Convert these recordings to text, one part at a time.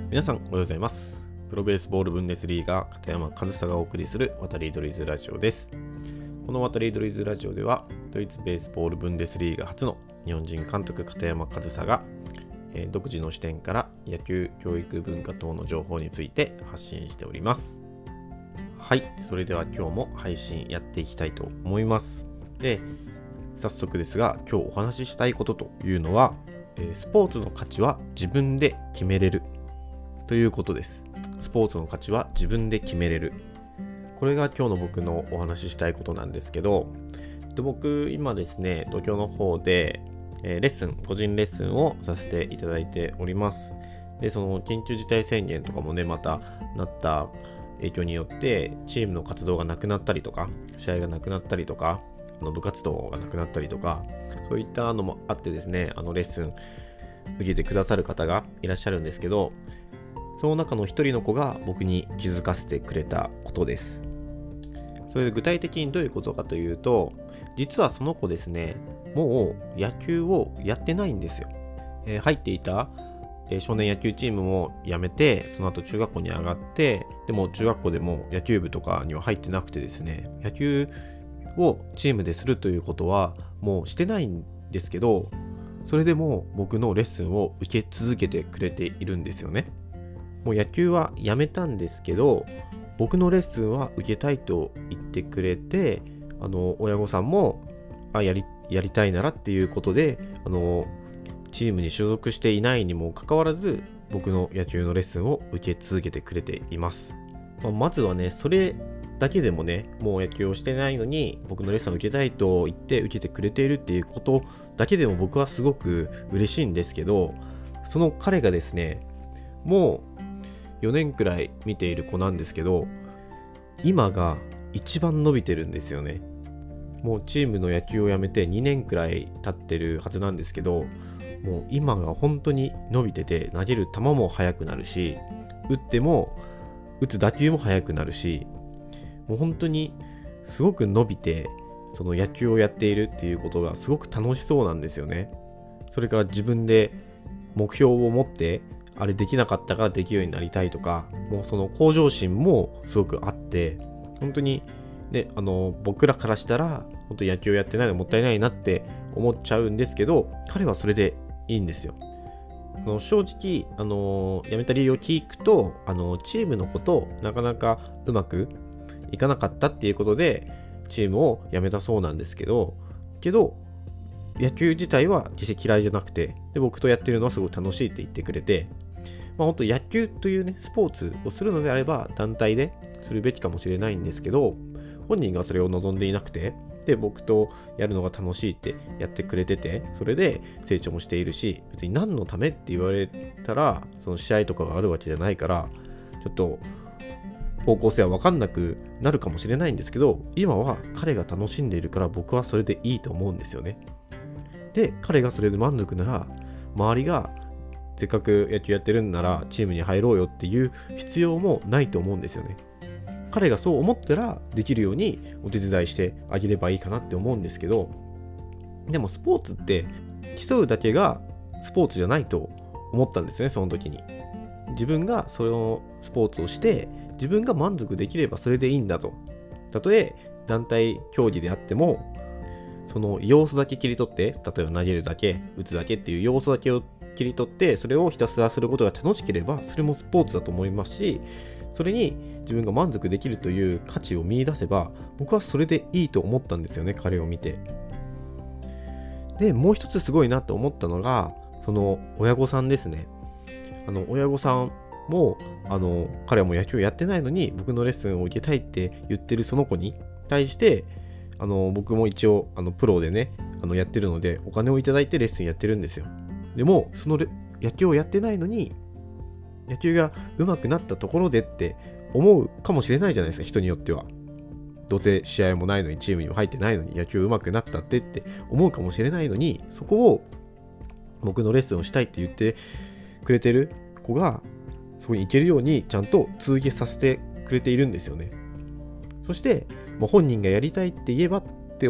皆さんおはようございます。プロベースボールブンデスリーガ片山和沙がお送りする渡りドリーズラジオです。この渡りドリーズラジオではドイツベースボールブンデスリーガ初の日本人監督片山和沙が、独自の視点から野球教育文化等の情報について発信しております。はい、それでは今日も配信やっていきたいと思います。で、早速ですが今日お話ししたいことというのは、スポーツの価値は自分で決めれるということです。スポーツの価値は自分で決めれる。これが今日の僕のお話ししたいことなんですけど、僕今ですね、東京の方で個人レッスンをさせていただいております。で、その緊急事態宣言とかもね、またなった影響によってチームの活動がなくなったりとか、試合がなくなったりとか、部活動がなくなったりとか、そういったのもあってですね、レッスン受けてくださる方がいらっしゃるんですけど、その中の一人の子が僕に気づかせてくれたことです。それで具体的にどういうことかというと、実はその子ですね、もう野球をやってないんですよ。入っていた少年野球チームも辞めて、その後中学校に上がって、でも中学校でも野球部とかには入ってなくてですね、野球をチームでするということはもうしてないんですけど、それでも僕のレッスンを受け続けてくれているんですよね。もう野球はやめたんですけど、僕のレッスンは受けたいと言ってくれて、親御さんもやりたいならっていうことで、チームに所属していないにもかかわらず僕の野球のレッスンを受け続けてくれています。まずはね、それだけでもね、もう野球をしてないのに僕のレッスンを受けたいと言って受けてくれているっていうことだけでも僕はすごく嬉しいんですけど、その彼がですね、もう4年くらい見ている子なんですけど、今が一番伸びてるんですよね。もうチームの野球をやめて2年くらい経ってるはずなんですけど、もう今が本当に伸びてて、投げる球も速くなるし、打つ打球も速くなるし、もう本当にすごく伸びて、その野球をやっているっていうことがすごく楽しそうなんですよね。それから自分で目標を持って、あれできなかったからできるようになりたいとか、もうその向上心もすごくあって、本当にね、僕らからしたら本当に野球をやってないのもったいないなって思っちゃうんですけど、彼はそれでいいんですよ。正直辞めた理由を聞くと、チームのことなかなかうまくいかなかったっていうことでチームを辞めたそうなんですけど、野球自体は決して嫌いじゃなくて、で僕とやってるのはすごい楽しいって言ってくれて、本当野球というね、スポーツをするのであれば団体でするべきかもしれないんですけど、本人がそれを望んでいなくて、で僕とやるのが楽しいってやってくれてて、それで成長もしているし、別に何のためって言われたらその試合とかがあるわけじゃないから、ちょっと方向性は分かんなくなるかもしれないんですけど、今は彼が楽しんでいるから僕はそれでいいと思うんですよね。で、彼がそれで満足なら、周りがせっかく野球やってるんならチームに入ろうよっていう必要もないと思うんですよね。彼がそう思ったらできるようにお手伝いしてあげればいいかなって思うんですけど、でもスポーツって競うだけがスポーツじゃないと思ったんですね、その時に。自分がそのスポーツをして自分が満足できればそれでいいんだと。たとえ団体競技であっても、その要素だけ切り取って、例えば投げるだけ、打つだけっていう要素だけを切り取って、それをひたすらすることが楽しければ、それもスポーツだと思いますし、それに自分が満足できるという価値を見出せば、僕はそれでいいと思ったんですよね、彼を見て。で、もう一つすごいなと思ったのが、その親御さんですね。親御さんも、彼はもう野球をやってないのに、僕のレッスンを受けたいって言ってるその子に対して、僕も一応プロでねやってるのでお金をいただいてレッスンやってるんですよ。でもその野球をやってないのに、野球が上手くなったところでって思うかもしれないじゃないですか、人によっては。どうせ試合もないのにチームにも入ってないのに野球上手くなったって思うかもしれないのに、そこを僕のレッスンをしたいって言ってくれてる子がそこに行けるようにちゃんと続けさせてくれているんですよね。そして本人がやりたいって言えばって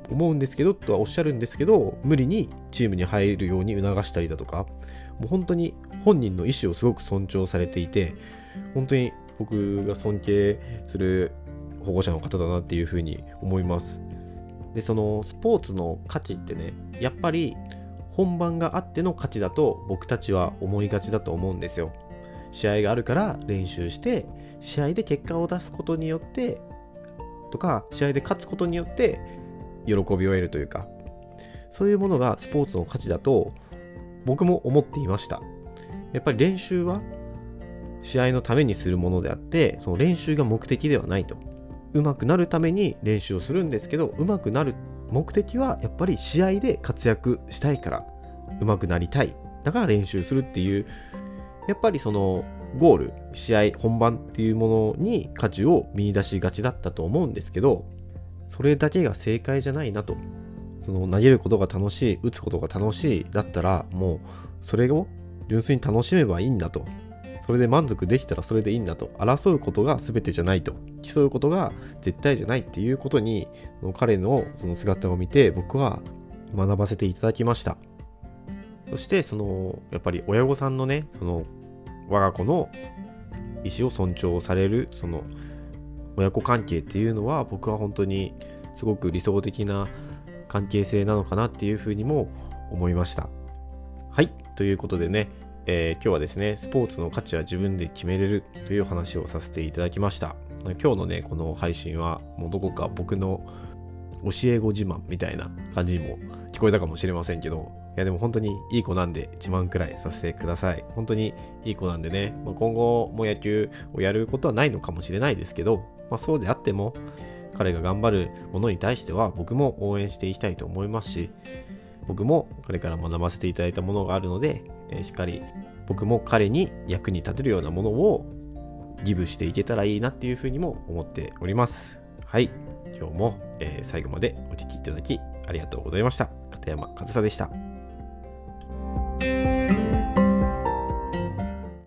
思うんですけどとはおっしゃるんですけど、無理にチームに入るように促したりだとか、もう本当に本人の意思をすごく尊重されていて、本当に僕が尊敬する保護者の方だなっていうふうに思います。で、そのスポーツの価値ってね、やっぱり本番があっての価値だと僕たちは思いがちだと思うんですよ。試合があるから練習して試合で結果を出すことによってとか、試合で勝つことによって喜びを得るというか、そういうものがスポーツの価値だと僕も思っていました。やっぱり練習は試合のためにするものであって、その練習が目的ではないと。上手くなるために練習をするんですけど、上手くなる目的はやっぱり試合で活躍したいから、上手くなりたい、だから練習するっていう、やっぱりそのゴール、試合本番っていうものに価値を見出しがちだったと思うんですけど、それだけが正解じゃないなと。その投げることが楽しい、打つことが楽しいだったら、もうそれを純粋に楽しめばいいんだと。それで満足できたらそれでいいんだと。争うことが全てじゃないと。競うことが絶対じゃないっていうことに、彼のその姿を見て僕は学ばせていただきました。そしてやっぱり親御さんのね、我が子の意思を尊重されるその親子関係っていうのは、僕は本当にすごく理想的な関係性なのかなっていうふうにも思いました。はい、ということでね、今日はですね、スポーツの価値は自分で決めれるという話をさせていただきました。今日のね、この配信はもうどこか僕の教え子自慢みたいな感じにも聞こえたかもしれませんけど、いやでも本当にいい子なんで自慢くらいさせてください。本当にいい子なんでね、今後も野球をやることはないのかもしれないですけど、そうであっても彼が頑張るものに対しては僕も応援していきたいと思いますし、僕も彼から学ばせていただいたものがあるので、しっかり僕も彼に役に立てるようなものをギブしていけたらいいなっていうふうにも思っております。はい、今日も、最後までお聞きいただきありがとうございました。片山和沙でした。